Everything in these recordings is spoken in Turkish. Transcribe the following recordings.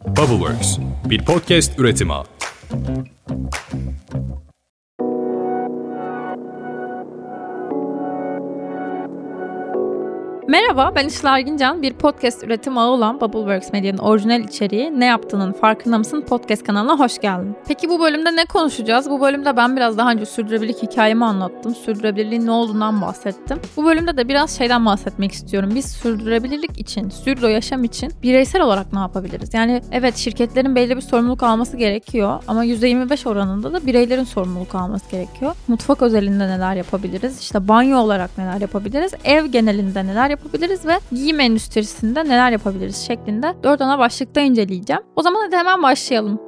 Bubbleworks, bir podcast üretimi. Merhaba, ben Işıl Ergincan. Bir podcast üretim ağı olan Bubbleworks Medya'nın orijinal içeriği Ne Yaptığının Farkında Mısın podcast kanalına hoş geldin. Peki bu bölümde ne konuşacağız? Bu bölümde ben biraz daha önce sürdürülebilirlik hikayemi anlattım. Sürdürülebilirliğin ne olduğundan bahsettim. Bu bölümde de biraz şeyden bahsetmek istiyorum. Biz sürdürülebilirlik için, sürdürülebilir yaşam için bireysel olarak ne yapabiliriz? Yani evet, şirketlerin belli bir sorumluluk alması gerekiyor ama %25 oranında da bireylerin sorumluluk alması gerekiyor. Mutfak özelinde neler yapabiliriz? İşte banyo olarak neler yapabiliriz? Ev genelinde neler yapabiliriz ve giyim endüstrisinde neler yapabiliriz şeklinde 4 ana başlıkta inceleyeceğim. O zaman hadi hemen başlayalım.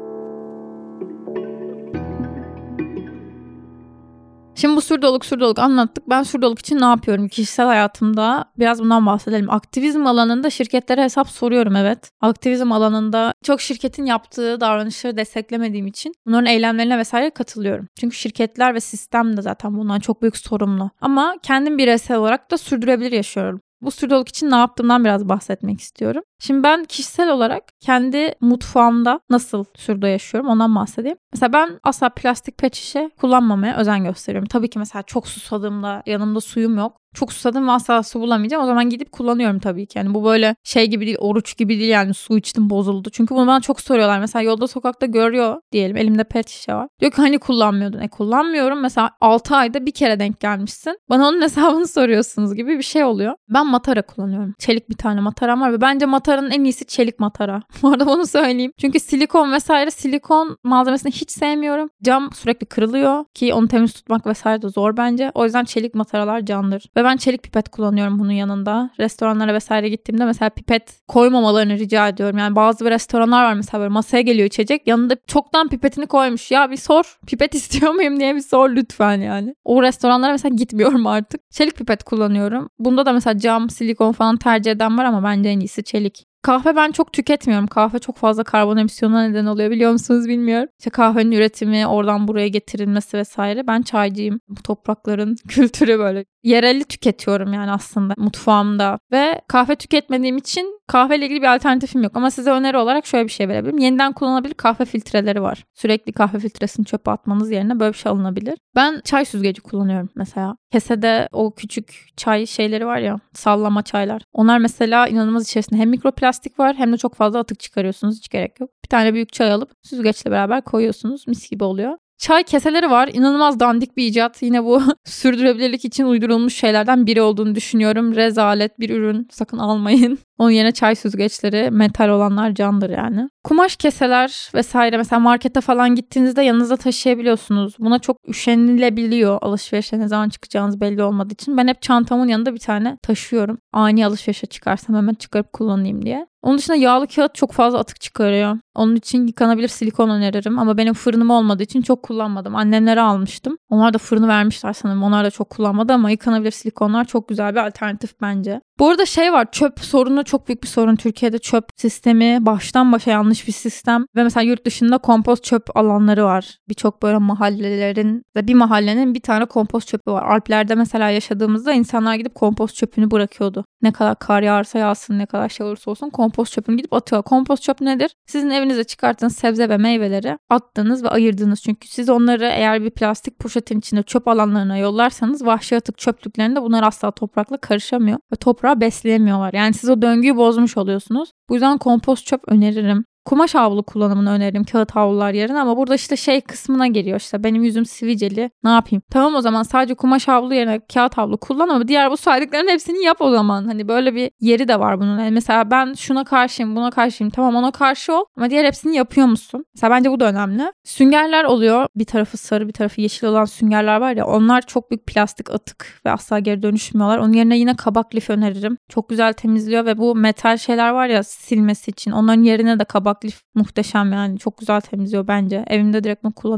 Şimdi bu sürdürülebilirlik anlattık. Ben sürdürülebilirlik için ne yapıyorum? Kişisel hayatımda biraz bundan bahsedelim. Aktivizm alanında şirketlere hesap soruyorum, evet. Aktivizm alanında çok şirketin yaptığı davranışları desteklemediğim için bunların eylemlerine vesaire katılıyorum. Çünkü şirketler ve sistem de zaten bundan çok büyük sorumlu. Ama kendim bireysel olarak da sürdürülebilir yaşıyorum. Bu sürdürülebilirlik için ne yaptığımdan biraz bahsetmek istiyorum. Şimdi ben kişisel olarak kendi mutfağımda nasıl sürdürülebilir yaşıyorum ondan bahsedeyim. Mesela ben asla plastik pet şişe kullanmamaya özen gösteriyorum. Tabii ki mesela çok susadığımda, yanımda suyum yok. Çok susadım ve asla su bulamayacağım. O zaman gidip kullanıyorum tabii ki. Yani bu böyle şey gibi değil, oruç gibi değil yani su içtim bozuldu. Çünkü bunu bana çok soruyorlar. Mesela yolda sokakta görüyor diyelim. Elimde pet şişe var. Diyor ki hani kullanmıyordun? Kullanmıyorum. Mesela 6 ayda bir kere denk gelmişsin. Bana onun hesabını soruyorsunuz gibi bir şey oluyor. Ben matara kullanıyorum. Çelik bir tane mataram var ve bence mataranın en iyisi çelik matara. Bu arada bunu söyleyeyim. Çünkü silikon vesaire, silikon malzemesini hiç sevmiyorum. Cam sürekli kırılıyor ki onu temiz tutmak vesaire de zor bence. O yüzden çelik mataralar candır. Ve ben çelik pipet kullanıyorum bunun yanında. Restoranlara vesaire gittiğimde mesela pipet koymamalarını rica ediyorum. Yani bazı restoranlar var mesela, böyle masaya geliyor içecek. Yanında çoktan pipetini koymuş. Ya bir sor, pipet istiyor muyum diye bir sor lütfen yani. O restoranlara mesela gitmiyorum artık. Çelik pipet kullanıyorum. Bunda da mesela cam, silikon falan tercih eden var ama bence en iyisi çelik. Kahve ben çok tüketmiyorum. Kahve çok fazla karbon emisyonuna neden oluyor, biliyor musunuz bilmiyorum. İşte kahvenin üretimi, oradan buraya getirilmesi vesaire. Ben çaycıyım. Bu toprakların kültürü böyle. Yereli tüketiyorum yani aslında mutfağımda. Ve kahve tüketmediğim için kahveyle ilgili bir alternatifim yok. Ama size öneri olarak şöyle bir şey verebilirim. Yeniden kullanılabilir kahve filtreleri var. Sürekli kahve filtresini çöpe atmanız yerine böyle bir şey alınabilir. Ben çay süzgeci kullanıyorum mesela. Kesede o küçük çay şeyleri var ya, sallama çaylar. Onlar mesela inanılmaz, içerisinde hem mikroplastik var hem de çok fazla atık çıkarıyorsunuz. Hiç gerek yok. Bir tane büyük çay alıp süzgeçle beraber koyuyorsunuz. Mis gibi oluyor. Çay keseleri var. İnanılmaz dandik bir icat. Yine bu sürdürülebilirlik için uydurulmuş şeylerden biri olduğunu düşünüyorum. Rezalet bir ürün. Sakın almayın. Onun yerine çay süzgeçleri, metal olanlar candır yani. Kumaş keseler vesaire mesela markete falan gittiğinizde yanınızda taşıyabiliyorsunuz. Buna çok üşenilebiliyor, alışverişe ne zaman çıkacağınız belli olmadığı için. Ben hep çantamın yanında bir tane taşıyorum. Ani alışverişe çıkarsam hemen çıkarıp kullanayım diye. Onun dışında yağlı kağıt çok fazla atık çıkarıyor. Onun için yıkanabilir silikon öneririm ama benim fırınım olmadığı için çok kullanmadım. Annemlere almıştım. Onlar da fırını vermişler sanırım. Onlar da çok kullanmadı ama yıkanabilir silikonlar çok güzel bir alternatif bence. Bu arada şey var, çöp sorunu çok büyük bir sorun. Türkiye'de çöp sistemi baştan başa yanlış bir sistem ve mesela yurt dışında kompost çöp alanları var. Birçok böyle mahallelerin ve bir mahallenin bir tane kompost çöpü var. Alplerde mesela yaşadığımızda insanlar gidip kompost çöpünü bırakıyordu. Ne kadar kar yağarsa yağsın, ne kadar şey olursa olsun kompost çöpünü gidip atıyor. Kompost çöp nedir? Sizin evinize çıkarttığınız sebze ve meyveleri attığınız ve ayırdığınız. Çünkü siz onları eğer bir plastik poşetin içinde çöp alanlarına yollarsanız vahşi atık çöplüklerinde bunlar asla toprakla karışamıyor ve toprağı besleyemiyorlar. Yani siz o döngüyü bozmuş oluyorsunuz. Bu yüzden kompost çöp öneririm. Kumaş havlu kullanımını öneririm kağıt havlular yerine ama burada işte şey kısmına geliyor, işte benim yüzüm sivilceli, ne yapayım? Tamam, o zaman sadece kumaş havlu yerine kağıt havlu kullan ama diğer bu saydıkların hepsini yap o zaman. Hani böyle bir yeri de var bunun. Yani mesela ben şuna karşıyım, buna karşıyım, tamam ona karşı ol ama diğer hepsini yapıyor musun? Mesela bence bu da önemli. Süngerler oluyor. Bir tarafı sarı bir tarafı yeşil olan süngerler var ya, onlar çok büyük plastik atık ve asla geri dönüşmüyorlar. Onun yerine yine kabak lif öneririm. Çok güzel temizliyor ve bu metal şeyler var ya silmesi için, onların yerine de kabak lif muhteşem yani. Çok güzel temizliyor bence. Evimde direkt bunu kullanıyorum.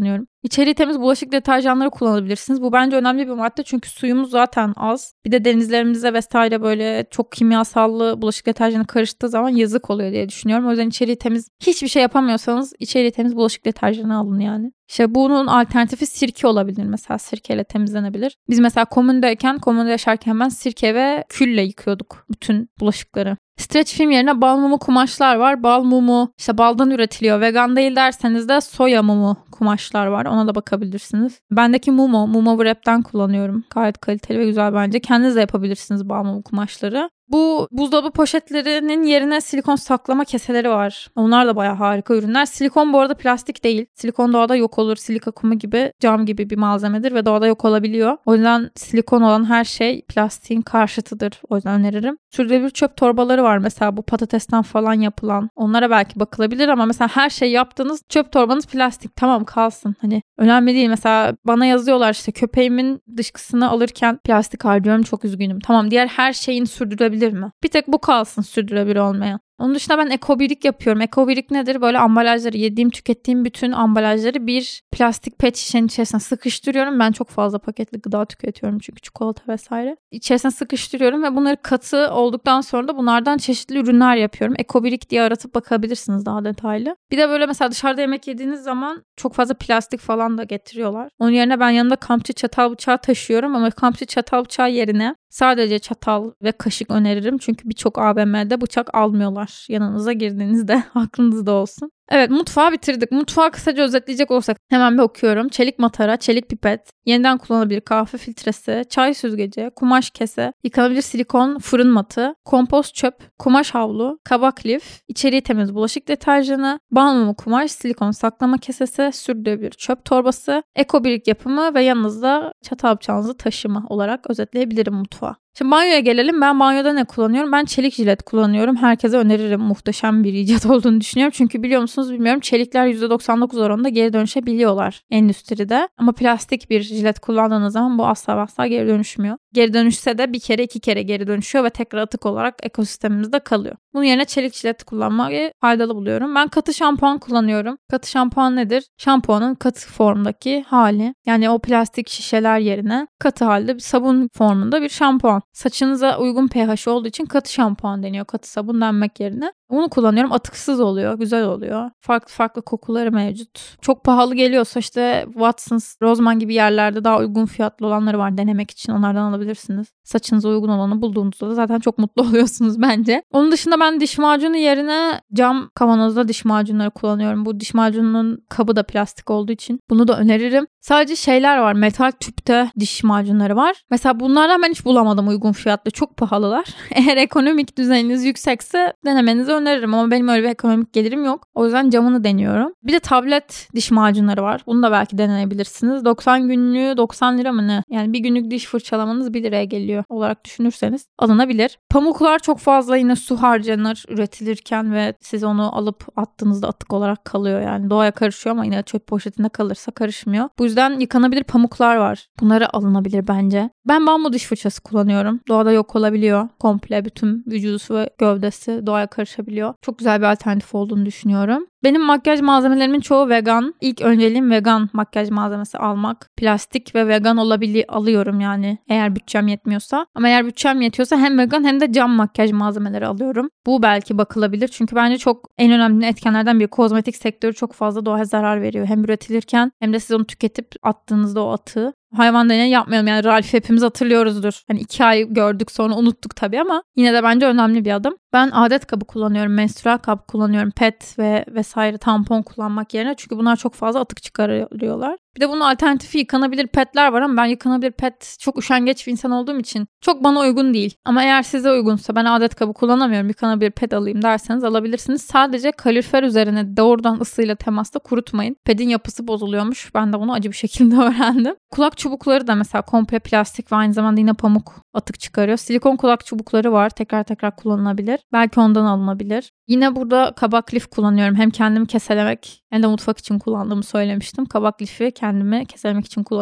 İçeriği temiz bulaşık deterjanları kullanabilirsiniz. Bu bence önemli bir madde çünkü suyumuz zaten az. Bir de denizlerimize vesaire böyle çok kimyasallı bulaşık deterjanı karıştığı zaman yazık oluyor diye düşünüyorum. O yüzden içeriği temiz, hiçbir şey yapamıyorsanız içeriği temiz bulaşık deterjanı alın yani. İşte bunun alternatifi sirke olabilir mesela. Sirkeyle temizlenebilir. Biz mesela komünde yaşarken ben sirke ve külle yıkıyorduk bütün bulaşıkları. Streç film yerine bal mumu kumaşlar var. Bal mumu işte baldan üretiliyor. Vegan değil derseniz de soya mumu kumaşlar var. Ona da bakabilirsiniz. Bendeki Mumo Wrap'ten kullanıyorum. Gayet kaliteli ve güzel bence. Kendiniz de yapabilirsiniz bal mumu kumaşları. Bu buzdolabı poşetlerinin yerine silikon saklama keseleri var. Onlar da bayağı harika ürünler. Silikon bu arada plastik değil. Silikon doğada yok olur. Silika kumu gibi, cam gibi bir malzemedir ve doğada yok olabiliyor. O yüzden silikon olan her şey plastiğin karşıtıdır. O yüzden öneririm. Sürdürülebilir çöp torbaları var mesela bu patatesten falan yapılan. Onlara belki bakılabilir ama mesela her şey yaptığınız çöp torbanız plastik. Tamam kalsın. Hani önemli değil. Mesela bana yazıyorlar işte köpeğimin dışkısını alırken plastik harcıyorum çok üzgünüm. Tamam diğer her şeyin sürdürülebilir mi? Bir tek bu kalsın sürdürülebilir olmayan. Onun dışında ben ekobirik yapıyorum. Ekobirik nedir? Böyle ambalajları, yediğim, tükettiğim bütün ambalajları bir plastik pet şişenin içerisine sıkıştırıyorum. Ben çok fazla paketli gıda tüketiyorum çünkü çikolata vesaire. İçerisine sıkıştırıyorum ve bunları katı olduktan sonra da bunlardan çeşitli ürünler yapıyorum. Ekobirik diye aratıp bakabilirsiniz daha detaylı. Bir de böyle mesela dışarıda yemek yediğiniz zaman çok fazla plastik falan da getiriyorlar. Onun yerine ben yanımda kampçı çatal bıçağı taşıyorum ama kampçı çatal bıçağı yerine sadece çatal ve kaşık öneririm. Çünkü birçok AVM'de bıçak almıyorlar. Yanınıza girdiğinizde aklınızda olsun. Evet mutfağı bitirdik. Mutfağı kısaca özetleyecek olsak hemen bir okuyorum. Çelik matara, çelik pipet, yeniden kullanılabilir kahve filtresi, çay süzgeci, kumaş kese, yıkanabilir silikon fırın matı, kompost çöp, kumaş havlu, kabak lif, içeriği temiz bulaşık deterjanı, bal mumu kumaş, silikon saklama kesesi, sürdürülebilir çöp torbası, ekobirik yapımı ve yanınızda çatal bıçağınızı taşıma olarak özetleyebilirim mutfağı. Şimdi banyoya gelelim. Ben banyoda ne kullanıyorum? Ben çelik jilet kullanıyorum. Herkese öneririm. Muhteşem bir icat olduğunu düşünüyorum. Çünkü biliyor musunuz bilmiyorum. Çelikler %99 oranında geri dönüşebiliyorlar endüstride. Ama plastik bir jilet kullandığınız zaman bu asla geri dönüşmüyor. Geri dönüşse de bir kere 2 kere geri dönüşüyor ve tekrar atık olarak ekosistemimizde kalıyor. Bunun yerine çelik jilet kullanmayı faydalı buluyorum. Ben katı şampuan kullanıyorum. Katı şampuan nedir? Şampuanın katı formdaki hali. Yani o plastik şişeler yerine katı halde bir sabun formunda bir şampuan. Saçınıza uygun pH olduğu için katı şampuan deniyor. Katı sabun denmek yerine. Onu kullanıyorum. Atıksız oluyor. Güzel oluyor. Farklı kokuları mevcut. Çok pahalı geliyorsa işte Watsons, Rossmann gibi yerlerde daha uygun fiyatlı olanları var denemek için. Onlardan alabilirsiniz. Saçınıza uygun olanı bulduğunuzda da zaten çok mutlu oluyorsunuz bence. Onun dışında ben diş macunu yerine cam kavanozda diş macunları kullanıyorum. Bu diş macununun kabı da plastik olduğu için bunu da öneririm. Sadece şeyler var. Metal tüpte diş macunları var. Mesela bunlardan ben hiç bulamadım uygun fiyatlı. Çok pahalılar. Eğer ekonomik düzeyiniz yüksekse denemenizi öneririm ama benim öyle bir ekonomik gelirim yok. O yüzden camını deniyorum. Bir de tablet diş macunları var. Bunu da belki deneyebilirsiniz. 90 günlüğü 90 lira mı ne? Yani bir günlük diş fırçalamanız 1 liraya geliyor olarak düşünürseniz alınabilir. Pamuklar çok fazla yine su harcanır üretilirken ve siz onu alıp attığınızda atık olarak kalıyor. Yani doğaya karışıyor ama yine çöp poşetinde kalırsa karışmıyor. Bu yüzden yıkanabilir pamuklar var. Bunları alınabilir bence. Ben bambu diş fırçası kullanıyorum. Doğada yok olabiliyor. Komple bütün vücudu ve gövdesi doğaya karışabiliyor. Çok güzel bir alternatif olduğunu düşünüyorum. Benim makyaj malzemelerimin çoğu vegan. İlk önceliğim vegan makyaj malzemesi almak. Plastik ve vegan alıyorum yani eğer bütçem yetmiyorsa. Ama eğer bütçem yetiyorsa hem vegan hem de cam makyaj malzemeleri alıyorum. Bu belki bakılabilir. Çünkü bence çok en önemli etkenlerden biri kozmetik sektörü çok fazla doğaya zarar veriyor. Hem üretilirken hem de siz onu tüketip attığınızda o atığı. Hayvan deneyi yapmayalım. Yani Ralph hepimiz hatırlıyoruzdur. Hani 2 ay gördük sonra unuttuk tabii ama yine de bence önemli bir adım. Ben adet kabı kullanıyorum. Menstrual kap kullanıyorum. Pet ve vesaire tampon kullanmak yerine. Çünkü bunlar çok fazla atık çıkarıyorlar. Bir de bunun alternatifi yıkanabilir petler var ama ben yıkanabilir pet çok üşengeç bir insan olduğum için çok bana uygun değil. Ama eğer size uygunsa ben adet kabı kullanamıyorum yıkanabilir pet alayım derseniz alabilirsiniz. Sadece kalorifer üzerine doğrudan ısıyla temasta kurutmayın. Pedin yapısı bozuluyormuş. Ben de bunu acı bir şekilde öğrendim. Kulak çubukları da mesela komple plastik ve aynı zamanda yine pamuk atık çıkarıyor. Silikon kulak çubukları var. Tekrar kullanılabilir. Belki ondan alınabilir. Yine burada kabak lif kullanıyorum. Hem kendimi keselemek hem de mutfak için kullandığımı söylemiştim. Kabak lifi kendimi keselemek için kullanıyorum.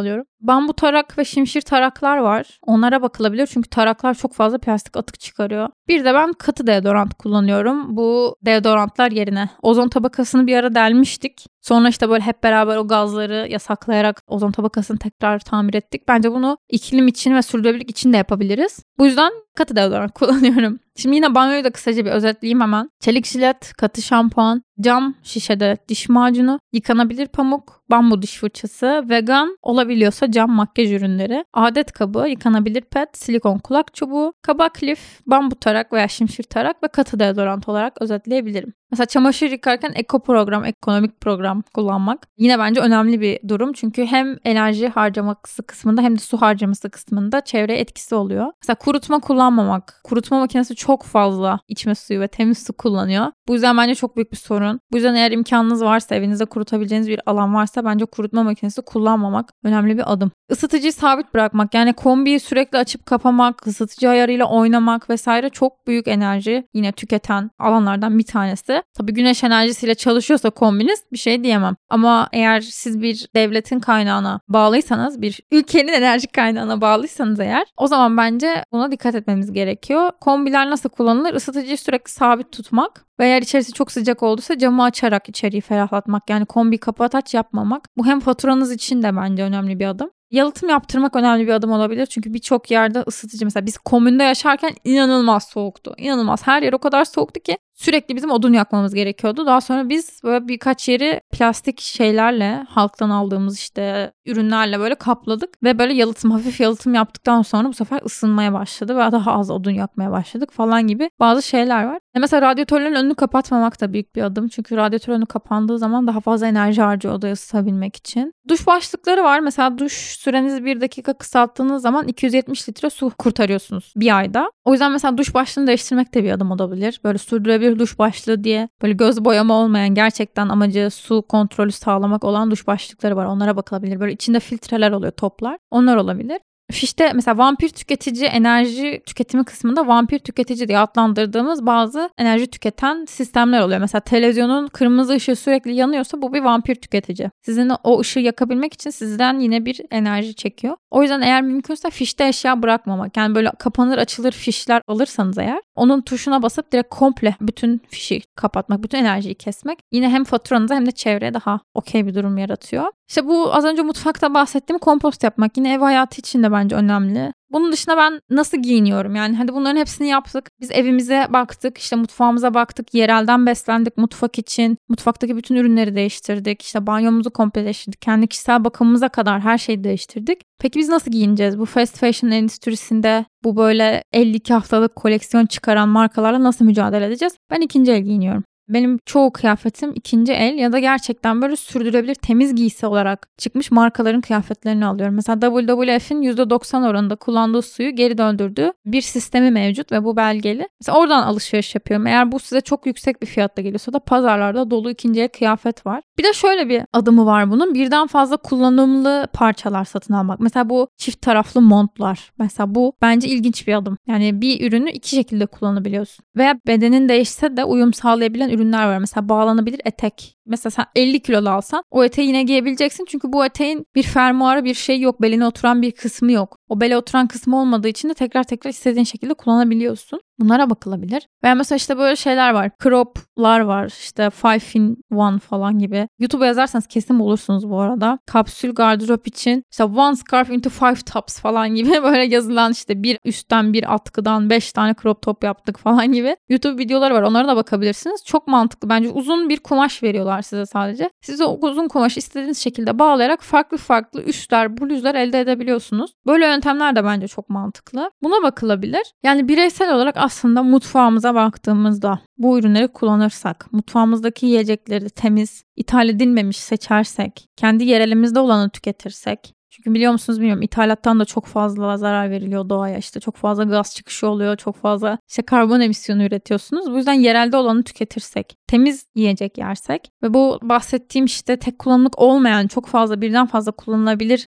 Bambu tarak ve şimşir taraklar var. Onlara bakılabilir çünkü taraklar çok fazla plastik atık çıkarıyor. Bir de ben katı deodorant kullanıyorum. Bu deodorantlar yerine ozon tabakasını bir ara delmiştik. Sonra işte böyle hep beraber o gazları yasaklayarak ozon tabakasını tekrar tamir ettik. Bence bunu iklim için ve sürdürülebilirlik için de yapabiliriz. Bu yüzden katı deodorant kullanıyorum. Şimdi yine banyoyu da kısaca bir özetleyeyim hemen. Çelik jilet, katı şampuan, cam şişede diş macunu, yıkanabilir pamuk, bambu diş fırçası, vegan olabiliyorsa cam makyaj ürünleri, adet kabı, yıkanabilir pet, silikon kulak çubuğu, kabak lif, bambu tarak veya şimşir tarak ve katı deodorant olarak özetleyebilirim. Mesela çamaşır yıkarken eko program, ekonomik program kullanmak yine bence önemli bir durum. Çünkü hem enerji harcaması kısmında hem de su harcaması kısmında çevreye etkisi oluyor. Mesela kurutma kullanmamak. Kurutma makinesi çok fazla içme suyu ve temiz su kullanıyor. Bu yüzden bence çok büyük bir sorun. Bu yüzden eğer imkanınız varsa, evinizde kurutabileceğiniz bir alan varsa bence kurutma makinesi kullanmamak önemli bir adım. Isıtıcıyı sabit bırakmak, yani kombiyi sürekli açıp kapamak, ısıtıcı ayarıyla oynamak vesaire çok büyük enerji yine tüketen alanlardan bir tanesi. Tabii güneş enerjisiyle çalışıyorsa kombiniz bir şey diyemem. Ama eğer siz bir devletin kaynağına bağlıysanız, bir ülkenin enerji kaynağına bağlıysanız eğer, o zaman bence buna dikkat etmemiz gerekiyor. Kombiler nasıl kullanılır? Isıtıcıyı sürekli sabit tutmak ve eğer içerisi çok sıcak olduysa camı açarak içeriği ferahlatmak. Yani kombi kapat aç yapmamak. Bu hem faturanız için de bence önemli bir adım. Yalıtım yaptırmak önemli bir adım olabilir. Çünkü birçok yerde ısıtıcı, mesela biz komünde yaşarken inanılmaz soğuktu. İnanılmaz. Her yer o kadar soğuktu ki sürekli bizim odun yakmamız gerekiyordu. Daha sonra biz böyle birkaç yeri plastik şeylerle, halktan aldığımız işte ürünlerle böyle kapladık. Ve böyle hafif yalıtım yaptıktan sonra bu sefer ısınmaya başladı. Ve daha az odun yakmaya başladık falan gibi bazı şeyler var. Mesela radyatörlerin önünü kapatmamak da büyük bir adım. Çünkü radyatör önü kapandığı zaman daha fazla enerji harcıyor odayı ısıtabilmek için. Duş başlıkları var. Mesela duş sürenizi 1 dakika kısalttığınız zaman 270 litre su kurtarıyorsunuz bir ayda. O yüzden mesela duş başlığını değiştirmek de bir adım olabilir. Böyle sürdürülebilir duş başlığı diye böyle göz boyama olmayan, gerçekten amacı su kontrolü sağlamak olan duş başlıkları var. Onlara bakılabilir. Böyle içinde filtreler oluyor, toplar. Onlar olabilir. Fişte mesela vampir tüketici, enerji tüketimi kısmında vampir tüketici diye adlandırdığımız bazı enerji tüketen sistemler oluyor. Mesela televizyonun kırmızı ışığı sürekli yanıyorsa bu bir vampir tüketici. Sizin o ışığı yakabilmek için sizden yine bir enerji çekiyor. O yüzden eğer mümkünse fişte eşya bırakmamak. Yani böyle kapanır açılır fişler alırsanız eğer, onun tuşuna basıp direkt komple bütün fişi kapatmak, bütün enerjiyi kesmek yine hem faturanıza hem de çevreye daha okey bir durum yaratıyor. İşte bu az önce mutfakta bahsettiğim kompost yapmak yine ev hayatı için de bence önemli. Bunun dışında ben nasıl giyiniyorum? Yani hadi bunların hepsini yaptık. Biz evimize baktık, işte mutfağımıza baktık, yerelden beslendik mutfak için. Mutfaktaki bütün ürünleri değiştirdik. İşte banyomuzu komple değiştirdik. Kendi kişisel bakımımıza kadar her şeyi değiştirdik. Peki biz nasıl giyineceğiz? Bu fast fashion endüstrisinde bu böyle 52 haftalık koleksiyon çıkaran markalarla nasıl mücadele edeceğiz? Ben ikinci el giyiniyorum. Benim çoğu kıyafetim ikinci el ya da gerçekten böyle sürdürülebilir temiz giysi olarak çıkmış markaların kıyafetlerini alıyorum. Mesela WWF'in %90 oranında kullandığı suyu geri döndürdüğü bir sistemi mevcut ve bu belgeli. Mesela oradan alışveriş yapıyorum. Eğer bu size çok yüksek bir fiyatta geliyorsa da pazarlarda dolu ikinci el kıyafet var. Bir de şöyle bir adımı var bunun. Birden fazla kullanımlı parçalar satın almak. Mesela bu çift taraflı montlar. Mesela bu bence ilginç bir adım. Yani bir ürünü iki şekilde kullanabiliyorsun. Veya bedenin değişse de uyum sağlayabilen ürünler var. Mesela bağlanabilir etek. Mesela sen 50 kilolu alsan o eteği yine giyebileceksin. Çünkü bu eteğin bir fermuarı, bir şey yok. Beline oturan bir kısmı yok. O bele oturan kısmı olmadığı için de tekrar istediğin şekilde kullanabiliyorsun. Bunlara bakılabilir. Veya mesela işte böyle şeyler var. Crop'lar var. İşte 5 in 1 falan gibi. YouTube'a yazarsanız kesin bulursunuz bu arada. Kapsül gardırop için işte one scarf into 5 tops falan gibi böyle yazılan, işte bir üstten bir atkıdan 5 tane crop top yaptık falan gibi YouTube videoları var. Onlara da bakabilirsiniz. Çok mantıklı. Bence uzun bir kumaş veriyorlar size sadece. Siz o uzun kumaşı istediğiniz şekilde bağlayarak farklı üstler, bluzlar elde edebiliyorsunuz. Böyle yöntemler de bence çok mantıklı. Buna bakılabilir. Yani bireysel olarak aslında mutfağımıza baktığımızda bu ürünleri kullanırsak, mutfağımızdaki yiyecekleri temiz, ithal edilmemiş seçersek, kendi yerelimizde olanı tüketirsek. Çünkü biliyor musunuz bilmiyorum, ithalattan da çok fazla zarar veriliyor doğaya. İşte çok fazla gaz çıkışı oluyor, çok fazla işte karbon emisyonu üretiyorsunuz. Bu yüzden yerelde olanı tüketirsek, temiz yiyecek yersek ve bu bahsettiğim işte tek kullanımlık olmayan çok fazla, birden fazla kullanılabilir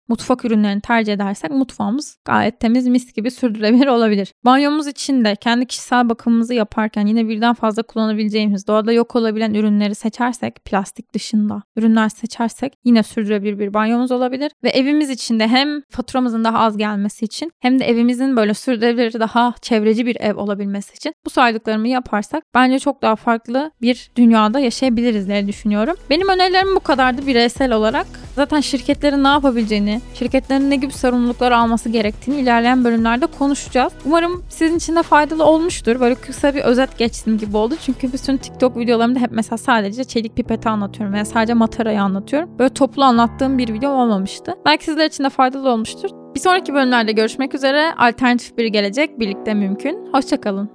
mutfak ürünlerini tercih edersek mutfağımız gayet temiz, mis gibi sürdürülebilir olabilir. Banyomuz için de kendi kişisel bakımımızı yaparken yine birden fazla kullanabileceğimiz, doğada yok olabilen ürünleri seçersek, plastik dışında ürünler seçersek yine sürdürülebilir bir banyomuz olabilir. Ve evimiz için de hem faturamızın daha az gelmesi için hem de evimizin böyle sürdürülebilir, daha çevreci bir ev olabilmesi için bu saydıklarımı yaparsak bence çok daha farklı bir dünyada yaşayabiliriz diye düşünüyorum. Benim önerilerim bu kadardı bireysel olarak. Zaten şirketlerin ne yapabileceğini, şirketlerin ne gibi sorumluluklar alması gerektiğini ilerleyen bölümlerde konuşacağız. Umarım sizin için de faydalı olmuştur. Böyle kısa bir özet geçtim gibi oldu. Çünkü bütün TikTok videolarımda hep mesela sadece çelik pipeti anlatıyorum veya sadece matarayı anlatıyorum. Böyle toplu anlattığım bir video olmamıştı. Belki sizler için de faydalı olmuştur. Bir sonraki bölümlerde görüşmek üzere. Alternatif bir gelecek birlikte mümkün. Hoşça kalın.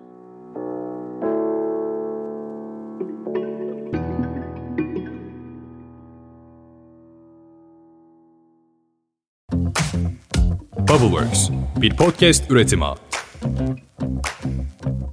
Bubbleworks bir podcast üretimi.